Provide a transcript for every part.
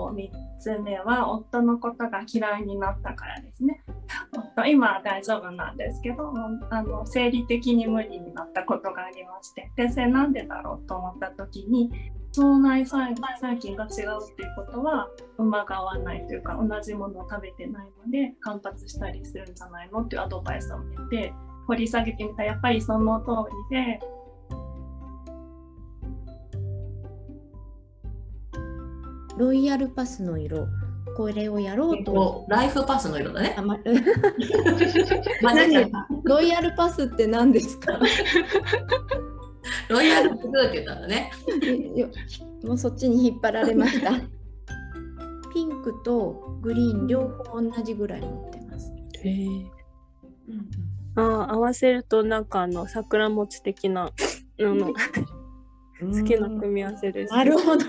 と3つ目は夫のことが嫌いになったからですね。今は大丈夫なんですけど、生理的に無理になったことがありまして、でそれなんでだろうと思った時に、腸内細菌が違うっていうことは馬が合わないというか、同じものを食べてないので反発したりするんじゃないのっていうアドバイスを見て掘り下げてみたら、やっぱりその通りで、 ロイヤルパスの色、これをやろうと。 ライフパスの色だね。 ロイヤルパスって何ですか？ ロイヤルパスって言ったんだね。 もうそっちに引っ張られました。ピンクとグリーン両方同じぐらい持ってます。 へえ。合わせるとなんか桜餅的な好きな組み合わせです。 なるほど。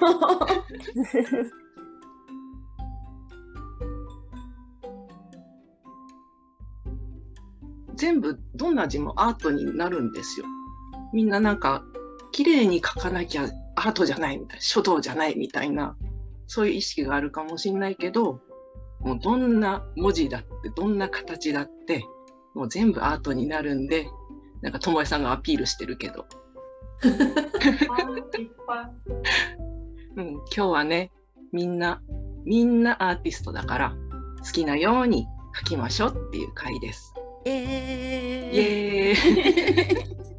全部どんな字もアートになるんですよ。みんななんか綺麗に書かなきゃアートじゃないみたいな、書道じゃないみたいな、そういう意識があるかもしれないけど、もうどんな文字だってどんな形だってもう全部アートになるんで、なんかともえさんがアピールしてるけどうん、今日はね、みんなアーティストだから好きなように書きましょうっていう回です。イエーイ